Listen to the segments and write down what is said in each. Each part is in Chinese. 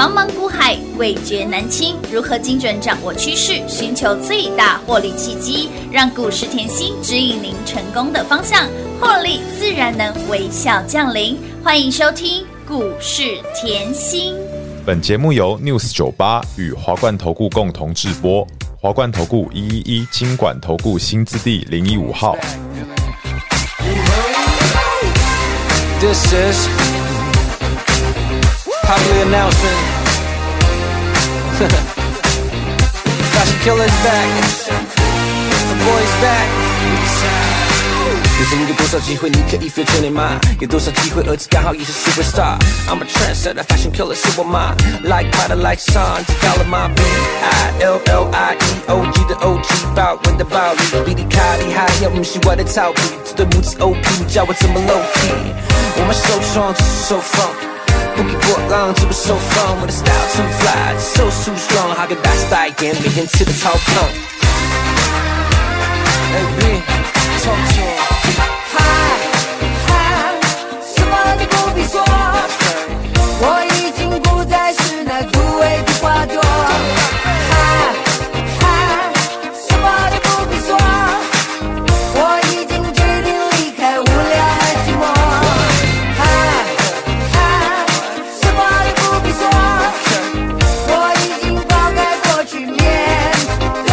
茫茫股海，味觉难清。如何精准掌握趋势，寻求最大获利契机，让股市甜心指引您成功的方向，获利自然能微笑降临。欢迎收听股市甜心。 本节目由 News 98与华冠投顾共同制播，华冠投顾111金管投顾新字第015号。 This is public announcement. Fashion Killer's back. The boy's back. 人生有多少机会你可以 future 你吗？有多少机会儿子刚好也是 superstar。I'm a trendsetter, fashion killer 是我妈。Like Prada, like Sun， 只到了吗 ？B-I-L-L-I-E-O-G 的 O-G， 暴文的暴力，比你卡厉害，要不是我的草皮，这对母子 O-P， 叫我怎么 low key？ 我们受创只是受放。不给波浪，只不受放。我的 style too fly, so too strong， 还跟大 style 一样，每天吃的超胖。Hey B, talk to him。 什么都不必说，我已经不再是那枯萎的花朵。什么都不必说，我已经决定离开无聊和寂寞。什么都不必说，我已经抛开过去面对。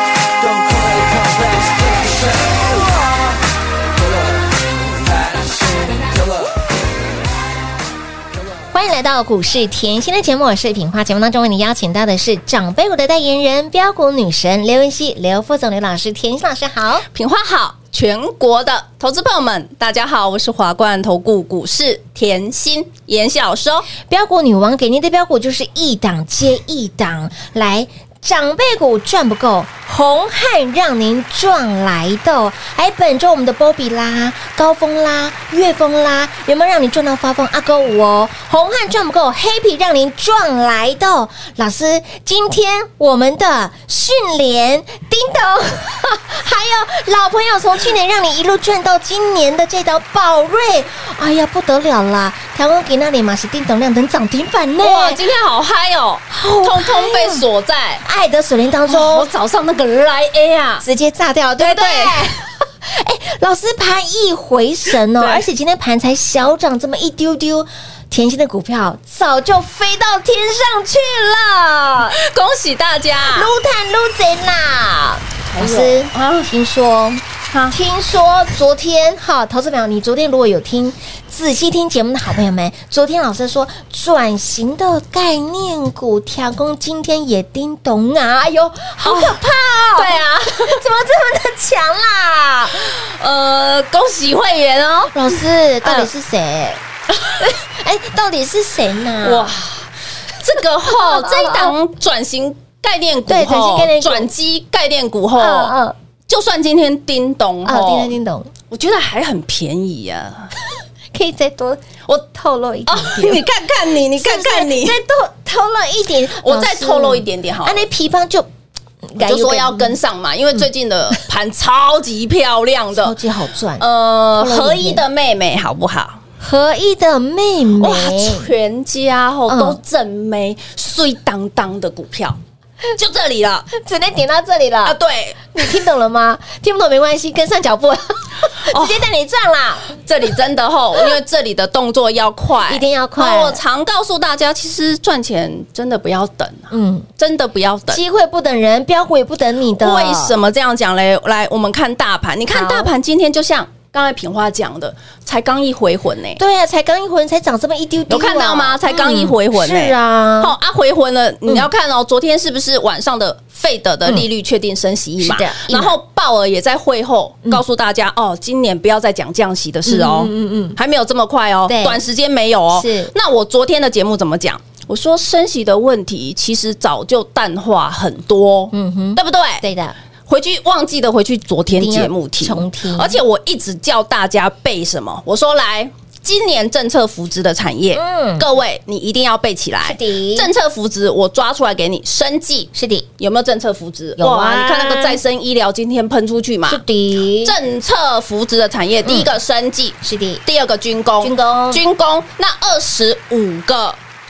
欢迎来到股市甜心的节目，我是品花。节目当中为你邀请到的是长辈股的代言人标股女神刘文熙、刘副总、刘老师。甜心老师好， 品花好，全国的投资朋友们大家好，我是华冠投顾股市甜心妍希老师哦。 标股女王给您的标股就是一档接一档来。长辈股赚不够，红汉让您赚来的。本周我们的波比啦、高峰啦、月峰啦，有没有让你赚到发疯？阿勾五哦，红汉赚不够，黑皮让您赚来的。老师，今天我们的讯联、叮咚，还有老朋友从去年让你一路赚到今年的这档宝瑞，哎呀不得了啦！台湾给那里嘛是叮咚亮灯涨停板呢， 哇，今天好嗨哦，通通被锁在爱的锁链当中。 我早上那个来 A 啊， 直接炸掉了，对不对？老师盘一回神哦，而且今天盘才小涨这么一丢丢，甜心的股票早就飞到天上去了， 恭喜大家！ 撸探撸贼啦！老师听说昨天投资朋友，你昨天如果有仔细听节目的好朋友们，昨天老师说转型的概念股调工今天也叮咚啊，哎呦，好可怕哦！ 对啊， 怎么这么的强啦？ 恭喜会员哦！ 老师，到底是谁？到底是谁呢？ 哇，这个这一档转型概念股， 对，转型概念股， 转机概念股就算今天叮咚叮咚， 我觉得还很便宜啊。 可以再多我透露一点点， 你看看你看看你， 再多透露一点， 我再透露一点点好了。 那皮方就说要跟上嘛，因为最近的盘超级漂亮的， 超级好赚。 合一的妹妹好不好？ 合一的妹妹， 哇，全家都正妹碎当当的股票。就这里了， 只能点到这里了啊！对， 你听懂了吗？听不懂没关系，跟上脚步，直接带你赚啦！ 这里真的因为这里的动作要快， 一定要快。 我常告诉大家，其实赚钱真的不要等，真的不要等， 机会不等人，标股也不等你的。 为什么这样讲嘞？来，我们看大盘，你看大盘今天就像刚才品花讲的，才刚一回魂呢。 对啊，才刚一魂，才涨这么一丢丢， 有看到吗？才刚一回魂呢。 是啊， 回魂了，你要看昨天是不是晚上的费德的利率确定升息1码，然后鲍尔也在会后告诉大家，今年不要再讲降息的事哦，还没有这么快哦，短时间没有哦。 是， 那我昨天的节目怎么讲？我说升息的问题其实早就淡化很多，对不对？ 对的。 忘记的回去昨天节目听，而且我一直叫大家背什么？我说来，今年政策扶植的产业，各位你一定要背起来。 是的， 政策扶植我抓出来给你，生技是的， 有没有政策扶植？ 有啊， 你看那个再生医疗今天喷出去嘛？ 是的， 政策扶植的产业，第一个生技， 是的， 第二个军工，那25个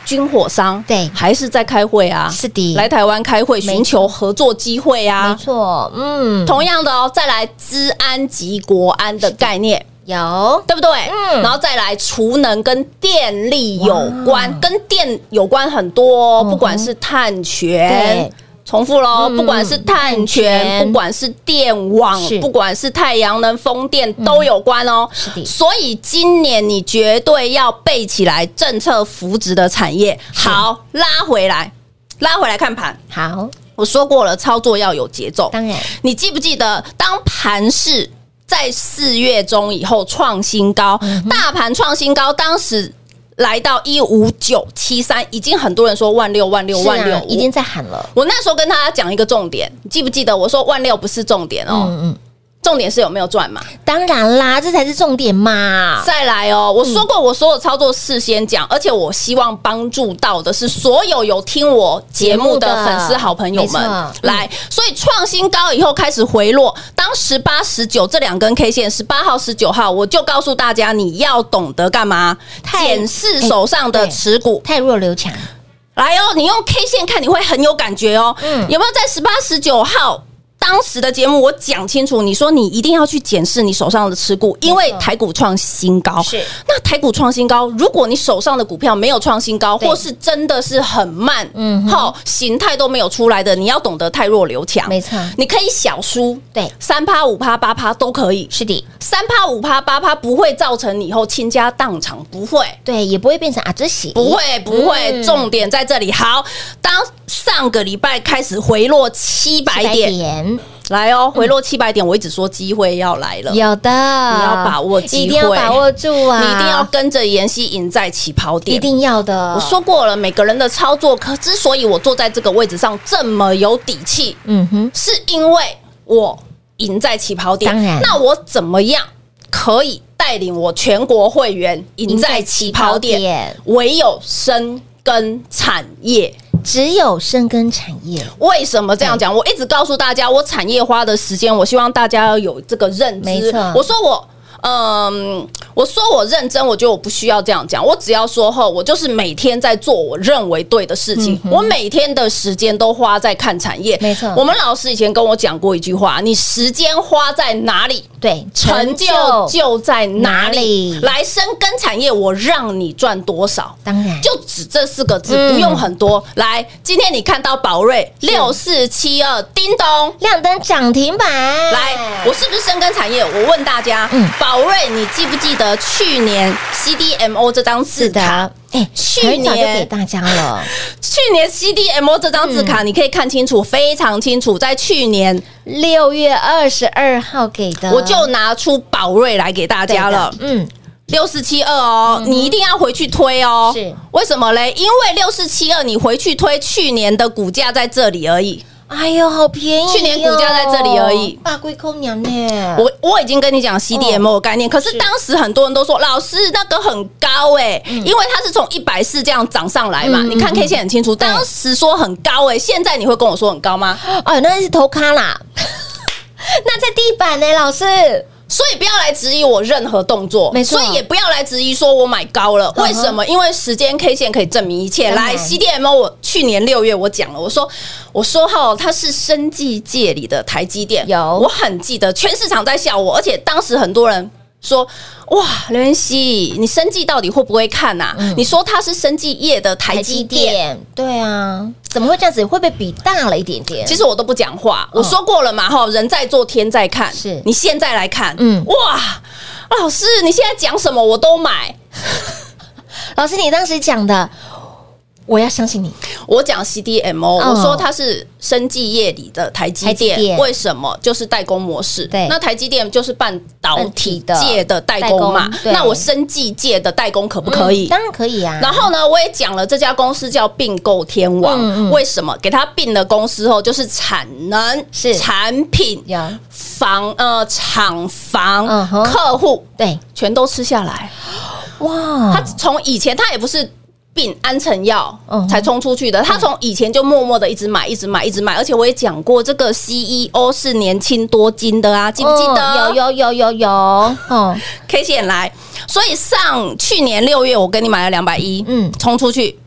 军火商对还是在开会啊， 是的来台湾开会寻求合作机会啊， 没错， 同样的哦，再来资安及国安的概念。 有对不对？然后再来储能跟电力有关，跟电有关很多哦，不管是碳权。重复喽，不管是碳权，不管是电网，不管是太阳能、风电都有关哦。 是的， 所以今年你绝对要背起来政策扶植的产业。好，拉回来看盘。 好， 我说过了，操作要有节奏。 当然， 你记不记得当盘势在4月中以后创新高，大盘创新高，当时来到15973，已经很多人说万六， 已经在喊了。 我那时候跟大家讲一个重点，你记不记得？我说万六不是重点哦，重点是有没有赚嘛？ 当然啦，这才是重点嘛。 再来哦，我说过，我所有操作事先讲，而且我希望帮助到的是所有听我节目的粉丝好朋友们。来，所以创新高以后开始回落，当18、19这2根 K 线，18号、19号，我就告诉大家，你要懂得干嘛？检视手上的持股， 太弱留强。 来哦，你用 K 线看，你会很有感觉哦。有没有在18、19号？当时的节目我讲清楚，你说你一定要去检视你手上的持股，因为台股创新高。 是， 那台股创新高，如果你手上的股票没有创新高，或是真的是很慢，形态都没有出来的，你要懂得太弱留强。 没错， 你可以小输， 对 ，3%、5%、8%都可以。 是的 ，3%、5%、8%不会造成你以后倾家荡产，不会， 对，也不会变成这喜， 不会。重点在这里。好，当上个礼拜开始回落700点。来哦，回落700点，我一直说机会要来了， 有的， 你要把握机会， 一定要把握住啊！ 你一定要跟着妍希赢在起跑点， 一定要的。 我说过了，每个人的操作，之所以我坐在这个位置上这么有底气，是因为我赢在起跑点。 当然， 那我怎么样可以带领我全国会员赢在起跑点？唯有深耕产业。 只有深耕产业。 为什么这样讲？我一直告诉大家，我产业花的时间，我希望大家要有这个认知。 没错， 我说我认真，我觉得我不需要这样讲，我只要说我就是每天在做我认为对的事情，我每天的时间都花在看产业。 没错， 我们老师以前跟我讲过一句话：你时间花在哪里， 对， 成就就在哪里。来，深耕产业，我让你赚多少？ 当然， 就只这4个字，不用很多。来，今天你看到宝瑞6472，叮咚， 亮灯涨停板。 来，我是不是深耕产业？我问大家，宝瑞，你记不记得去年 CDMO 这张字卡？ 去年就给大家了。 去年 CDMO 这张字卡，你可以看清楚，非常清楚，在去年 6月22号给的， 我就拿出宝瑞来给大家了。6472哦，你一定要回去推哦。 是为什么嘞？因为6472你回去推，去年的股价在这里而已。 哎呦，好便宜！ 去年股价在这里而已， 大龟空娘呢？ 我已经跟你讲 CDMO 的概念，可是当时很多人都说老师那个很高因为它是从140这样涨上来嘛。你看 K 线很清楚，当时说很高现在你会跟我说很高吗？ 那是头咖啦，那在地板呢，老师。 所以不要来质疑我任何动作， 没错， 所以也不要来质疑说我买高了。为什么？因为时间 K 线可以证明一切。来 CDMO， 我去年6月我讲了，我说它是生技界里的台积电，我很记得，全市场在笑我，而且当时很多人说。哇，刘妍希，你生技到底会不会看啊？你说它是生技业的台积电， 对啊，怎么会这样子？会不会比大了一点点？ 其实我都不讲话，我说过了嘛，人在做天在看。 是你现在来看，哇，老师，你现在讲什么我都买。 老师，你当时讲的。我要相信你。 我讲 CDMO，我说它是生技业里的台积电，为什么？就是代工模式。 对， 那台积电就是半导体界的代工嘛。那我生技界的代工可不可以？ 当然可以啊。 然后呢，我也讲了，这家公司叫并购天王。为什么？给他并了公司后，就是产能、是产品、厂房、客户， 对， 全都吃下来。哇！他从以前他也不是。并安诚药才冲出去的，他从以前就默默的一直买，而且我也讲过，这个 CEO 是年轻多金的啊，记不记得？ 有 K 线来，所以去年6月我跟你买了210，冲出去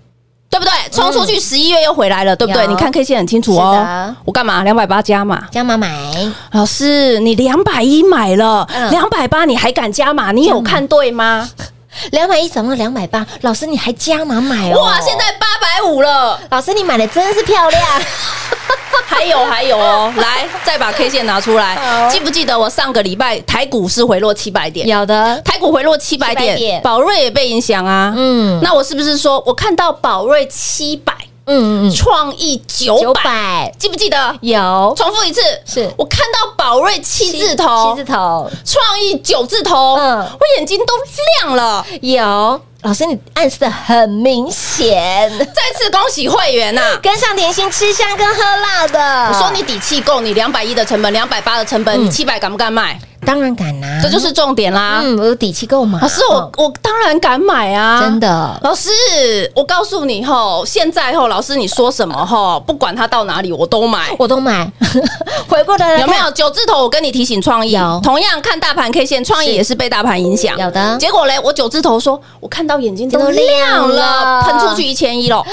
对不对？冲出去11月又回来了，对不对？你看 K 线很清楚哦。我干嘛280加码？ 加码买。 老师，你210买了，280你还敢加码？你有看对吗 ？210涨到280，老师你还加码买哦？ 哇，现在850了， 老师你买的真是漂亮。 还有哦，来再把 K 线拿出来，记不记得我上个礼拜台股是回落700点？ 有的， 台股回落700点，宝瑞也被影响啊。那我是不是说我看到宝瑞700？创意900，记不记得？ 有， 重复一次， 是我看到宝瑞7字头，创意9字头，我眼睛都亮了。 有。老师，你暗示的很明显。 再次恭喜会员呐， 跟上甜心吃香跟喝辣的。 我说你底气够，你210的成本，280的成本，你700敢不敢买？ 当然敢啊， 这就是重点啦。 我有底气够买。 老师，我当然敢买啊， 真的。 老师，我告诉你吼，现在吼，老师你说什么吼，不管它到哪里，我都买，回过头来有没有9字头？我跟你提醒创意，同样看大盘 K 线，创意也是被大盘影响， 有的。 结果嘞，我9字头说，我看到眼睛都亮了，喷出去1100了。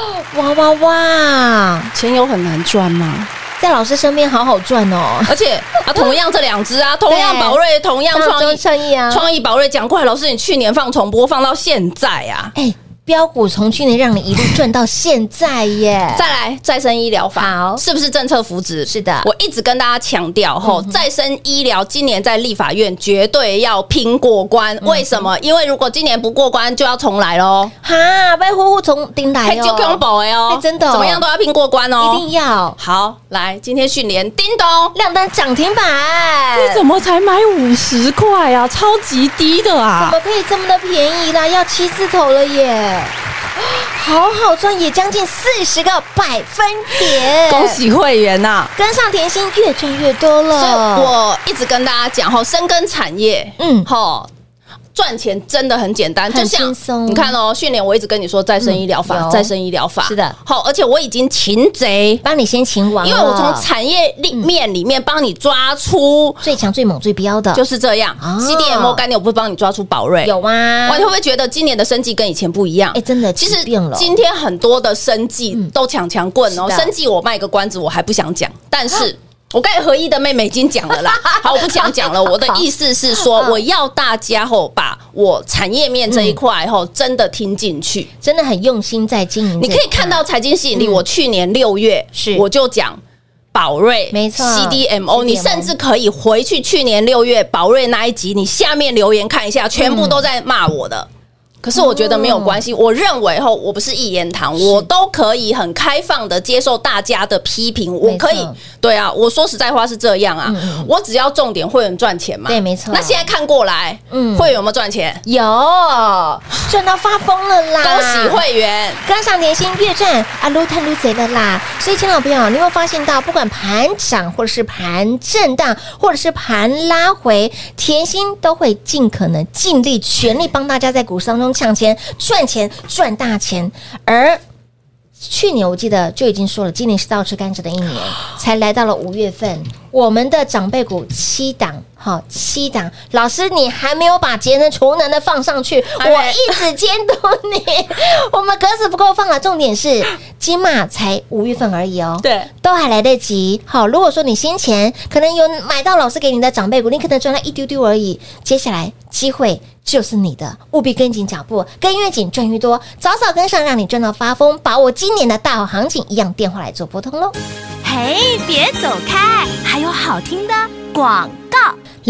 哇！ 钱有很难赚吗？ 在老师身边好好赚哦， 而且同样这2只啊，同样宝瑞，同样创意宝瑞讲过来，老师你去年放重播放到现在啊， 标股从去年让你一路赚到现在耶！ 再来再生医疗法，是不是政策扶植？ 是的， 我一直跟大家强调再生医疗今年在立法院绝对要拼过关。为什么？因为如果今年不过关，就要重来喽！ 哈，被呼呼从顶来就恐怖哦！ 真的， 怎么样都要拼过关哦！ 一定要好来，今天讯联叮咚亮灯涨停板， 你怎么才买50块啊？超级低的啊！ 怎么可以这么的便宜啦？要7字头了耶！好好赚，也将近40个百分点， 恭喜会员呐！ 跟上甜心，越赚越多了。 所以我一直跟大家讲深耕产业，赚钱真的很简单，就像你看哦，训练我一直跟你说再生医疗法，再生医疗法是的， 好，而且我已经擒贼， 帮你先擒王了， 因为我从产业面里面帮你抓出最强、最猛、最标的， 就是这样。CDMO 概念我不是帮你抓出宝瑞， 有啊？ 你会不会觉得今年的生技跟以前不一样？ 真的， 其实今天很多的生技都强棍哦，生技我卖个关子，我还不想讲，但是。我刚才合一的妹妹已经讲了啦，好，我不讲了。我的意思是说，我要大家把我产业面这一块真的听进去， 真的很用心在经营。 你可以看到财经吸引力，我去年6月我就讲宝瑞， 没错 ，CDMO， 你甚至可以回去去年6月宝瑞那一集，你下面留言看一下，全部都在骂我的。可是我觉得没有关系，我认为我不是一言堂，我都可以很开放的接受大家的批评，我可以，对啊，我说实在话是这样啊，我只要重点会员赚钱嘛， 对，没错。 那现在看过来，会员有没有赚钱？ 有，赚到发疯了啦！ 恭喜会员， 跟上甜心越赚啊，撸探撸贼了啦！所以，亲爱的朋友，你会发现到，不管盘涨或者是盘震荡，或者是盘拉回，甜心都会尽可能尽力全力帮大家在股市当中抢钱、赚钱、赚大钱。而去年我记得就已经说了，今年是倒吃甘蔗的一年，才来到了5月份，我们的长辈股7档。好，7档，老师你还没有把节能储能的放上去，我一直监督你，我们格子不够放了。重点是金马才5月份而已哦， 对， 都还来得及。好，如果说你先前可能有买到老师给你的长辈股，你可能赚了一丢丢而已，接下来机会就是你的，务必跟紧脚步，跟越紧赚越多，早早跟上，让你赚到发疯，把握今年的大好行情，一样电话来做拨通喽。 嘿，别走开，还有好听的广告。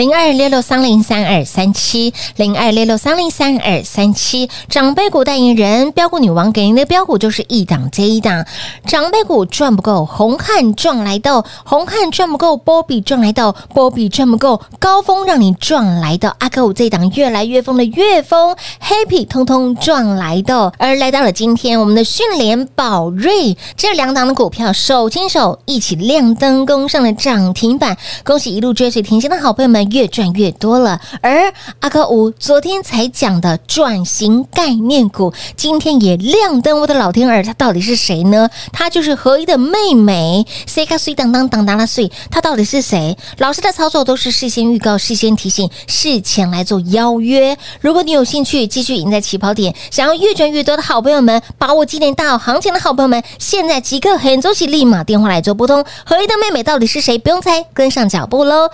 0266303237，0266303237，长辈股代言人，标股女王给您的标股就是一档接一档，长辈股赚不够，红汉赚来的，红汉赚不够，波比赚来的，波比赚不够，高峰让你赚来的，阿哥我这一档越来越疯的越疯 ，Happy 通通赚来的。而来到了今天，我们的讯联、宝瑞这2档的股票手牵手一起亮灯攻上了涨停板，恭喜一路追随甜心的好朋友们。 越赚越多了。而阿高吴昨天才讲的转型概念股，今天也亮灯。我的老天儿，他到底是谁呢？他就是合一的妹妹，谁卡碎当当当当啦碎，他到底是谁？老师的操作都是事先预告、事先提醒、事前来做邀约。如果你有兴趣继续赢在起跑点，想要越赚越多的好朋友们，把握今年大好行情的好朋友们，现在即刻很周期立马电话来做拨通。合一的妹妹到底是谁？不用猜，跟上脚步喽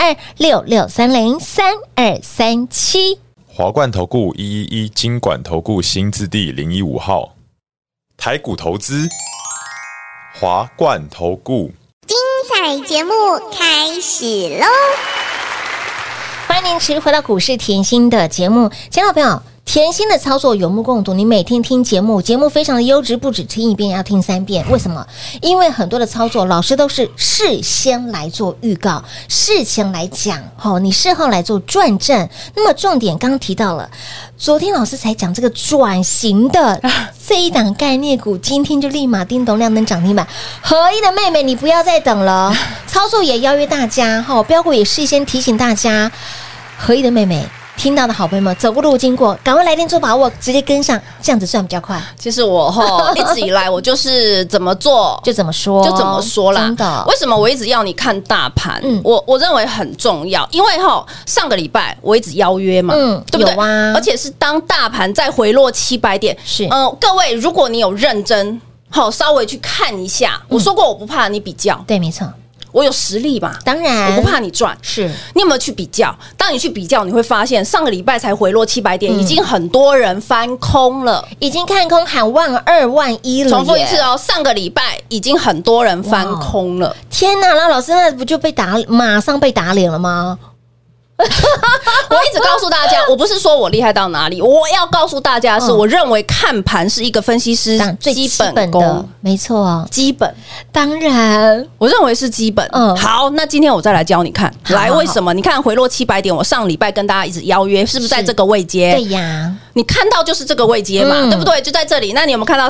！0266303237。 华冠投顾111金管投顾新字第015号，台股投资，华冠投顾。 彩节目开始喽！ 欢迎您持续回到股市甜心的节目，亲爱的朋友。甜心的操作有目共睹，你每天听节目非常的优质，不止听一遍，要听3遍。为什么？因为很多的操作，老师都是事先来做预告，事前来讲，你事后来做转正。那么重点刚刚提到了，昨天老师才讲这个转型的这一档概念股，今天就立马叮咚亮灯涨停板。合一的妹妹，你不要再等了，操作也邀约大家，标股也事先提醒大家，合一的妹妹。听到的好朋友们，走过路经过，赶快来电做把握，直接跟上，这样子算比较快。 其实我一直以来我就是怎么做就怎么说， 啦。 真的， 为什么我一直要你看大盘？我认为很重要，因为上个礼拜我一直邀约嘛，对不对？ 有啊， 而且是当大盘再回落700点， 是各位，如果你有认真稍微去看一下，我说过我不怕你比较， 对，没错。 我有实力嘛， 当然我不怕你赚。 是你有没有去比较？当你去比较，你会发现上个礼拜才回落700点，已经很多人翻空了， 已经看空喊12000、11000了。 重复一次哦，上个礼拜已经很多人翻空了。 天哪，那老师那不就马上被打脸了吗？ 我一直告诉大家，我不是说我厉害到哪里，我要告诉大家的是，我认为看盘是一个分析师最基本本功， 没错， 基本， 当然， 我认为是基本。好，那今天我再来教你看，来为什么？你看回落700点，我上礼拜跟大家一直邀约，是不是在这个位阶？ 对呀， 你看到就是这个位阶嘛，对不对？就在这里。那你有没有看到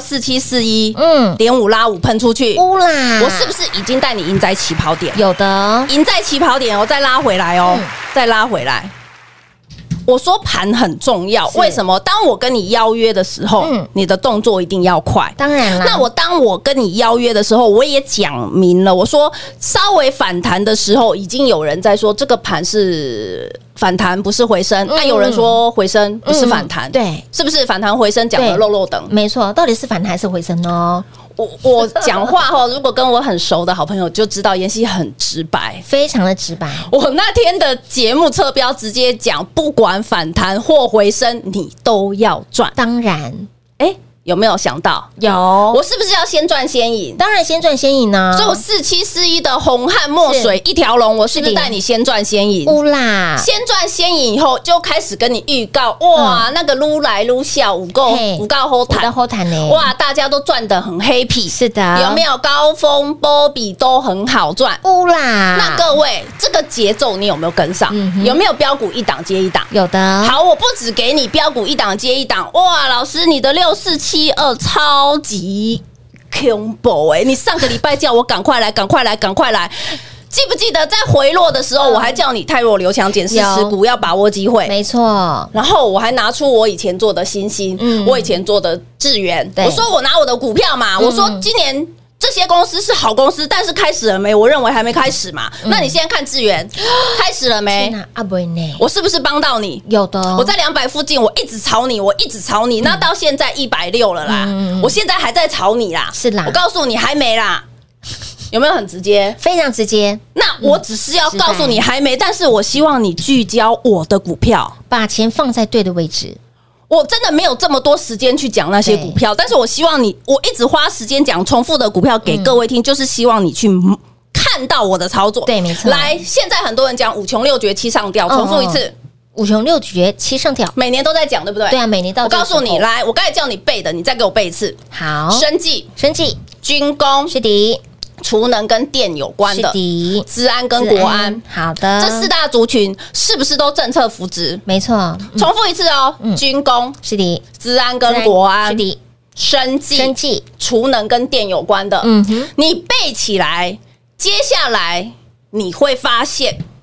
4741？0.5拉5喷出去， 啦！ 我是不是已经带你赢在起跑点？ 有的， 赢在起跑点，我再拉回来哦，再拉回来。我说盘很重要，为什么？当我跟你邀约的时候，你的动作一定要快。 当然啦。 那当我跟你邀约的时候，我也讲明了，我说稍微反弹的时候，已经有人在说这个盘是反弹，不是回升。那有人说回升不是反弹， 对， 是不是反弹回升讲的漏漏等？ 没错，到底是反弹还是回升呢？ 我讲话如果跟我很熟的好朋友就知道，妍希很直白， 非常的直白。 我那天的节目侧标直接讲，不管反弹或回升，你都要赚。 当然， 有没有想到？ 有， 我是不是要先赚先赢？ 当然先赚先赢呢。 所以我4741的红汉墨水一条龙，我是不是带你先赚先赢？ 啦， 先赚先赢以后，就开始跟你预告，哇，那个撸来撸笑，五告后谈呢， 哇，大家都赚得很happy。 是的， 有没有高峰波比都很好赚？ 啦， 那各位，这个节奏你有没有跟上？有没有标股一档接一档？ 有的。 好，我不只给你标股一档接一档，哇，老师你的6472超级恐怖你上个礼拜叫我赶快来，记不记得在回落的时候，我还叫你太弱留强，减40持股，要把握机会。 没错。 然后我还拿出我以前做的星星，我以前做的智原，我说我拿我的股票嘛，我说今年这些公司是好公司，但是开始了没？我认为还没开始嘛。那你现在看智原开始了没？我是不是帮到你？ 有的。 我在200附近，我一直炒你，那到现在160了啦。我现在还在炒你啦。 是啦。 我告诉你还没啦。有没有很直接？ 非常直接。 那我只是要告诉你还没，但是我希望你聚焦我的股票， 把钱放在对的位置。 我真的没有这么多时间去讲那些股票，但是我希望我一直花时间讲重复的股票给各位听，就是希望你去看到我的操作。 对，没错。 来，现在很多人讲5穷6绝7上吊，重复一次 ，5穷6绝7上吊， 每年都在讲，对不对？ 对啊，每年到。 我告诉你，来，我刚才叫你背的，你再给我背一次。 好， 生技、军工是的。 储能跟电有关的，资安跟国安， 好的， 这4大族群是不是都政策扶植？ 没错， 重复一次哦，军工是的， 资安跟国安是的， 生技、储能跟电有关的，你背起来，接下来你会发现，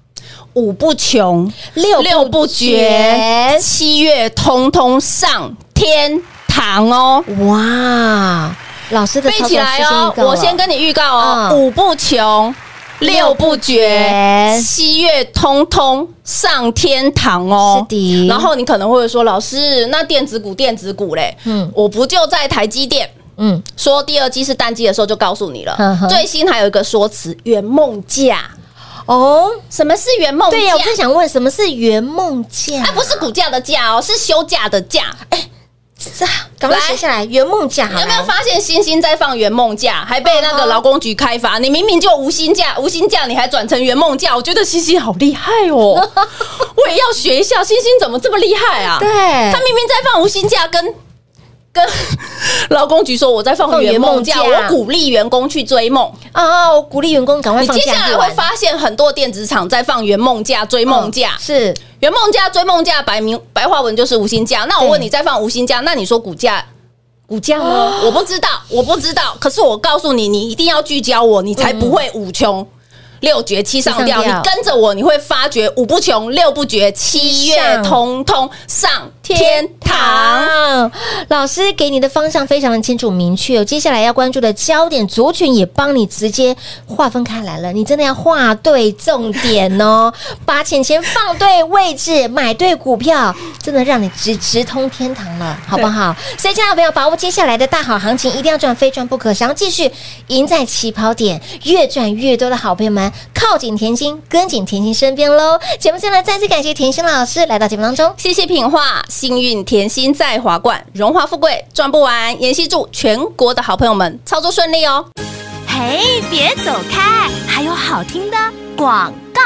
五不穷， 六不绝 7月通通上天堂哦！ 哇，老师的背起来哦！我先跟你预告哦， 嗯五不穷。6不绝，7月通通上天堂哦！ 是的。 然后你可能会说，老师，那电子股嘞？我不就在台积电？说第二季是淡季的时候就告诉你了。最新还有一个说辞，圆梦价哦。什么是圆梦价？ 对呀，我正想问，什么是圆梦价？ 不是股价的价哦，是休假的假。 赶快写下来，圆梦价。 有没有发现星星在放圆梦价，还被那个劳工局开罚？你明明就无薪假，你还转成圆梦价，我觉得星星好厉害哦！我也要学一下，星星怎么这么厉害啊？ 对， 他明明在放无薪假，跟劳工局说我在放圆梦假，我鼓励员工去追梦啊！我鼓励员工赶快放假。 你接下来会发现很多电子厂在放圆梦假、追梦假， 是圆梦价、追梦价，白话文就是无薪假。那我问你，再放无薪假，那你说股价呢？我不知道。可是我告诉你，你一定要聚焦我，你才不会五穷6绝7上吊。你跟着我，你会发觉五不穷6不绝，7月通通上天堂。 老师给你的方向非常的清楚明确哦，接下来要关注的焦点族群也帮你直接划分开来了，你真的要画对重点哦，把钱放对位置，买对股票，真的让你直通天堂了，好不好？所以，亲爱的朋友，把握接下来的大好行情，一定要赚，非赚不可。想要继续赢在起跑点，越赚越多的好朋友们，靠紧甜心，跟紧甜心身边喽。节目先来再次感谢甜心老师来到节目当中， 谢谢品画，幸运甜心在华冠，荣华富贵赚不完。妍希祝全国的好朋友们操作顺利哦。 嘿，别走开，还有好听的广告。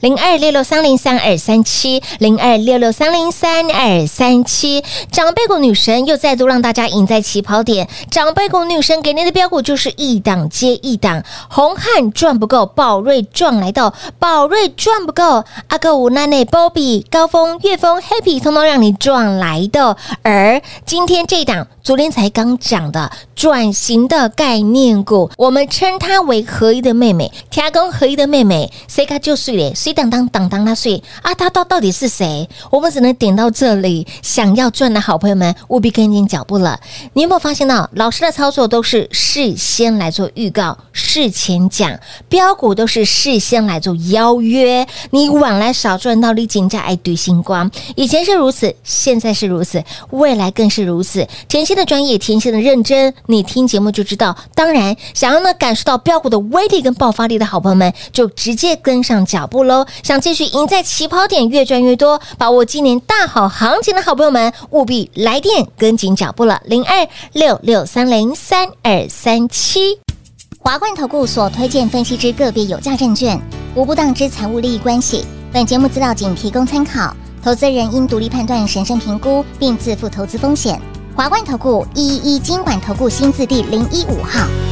0266303237，0266303237，长辈股女神又再度让大家赢在起跑点。长辈股女神给您的标股就是一档接一档，红汉赚不够，宝瑞赚来的，宝瑞赚不够，阿哥无奈内 Bobby 高峰、岳峰、Happy 通通让你赚来的。而今天这一档，昨天才刚涨的转型的概念股，我们称它为合一的妹妹，天公合一的妹妹，谁卡就睡嘞，谁当他睡啊？他到底是谁？我们只能点到这里。想要赚的好朋友们，务必跟紧脚步了。你有没有发现到，老师的操作都是事先来做预告，事前讲标股都是事先来做邀约。你晚来少赚到，你金价爱对星光。以前是如此，现在是如此，未来更是如此。甜心的专业，甜心的认真，你听节目就知道。当然，想要感受到标股的威力跟爆发力的好朋友们，就直接跟上脚步喽。想继续赢在起跑点，越赚越多，把握今年大好行情的好朋友们，务必来电跟紧脚步了。0266303237。 华冠投顾所推荐分析之个别有价证券，无不当之财务利益关系。本节目资料仅提供参考，投资人应独立判断、审慎评估，并自负投资风险。华冠投顾111金管投顾新字第015号。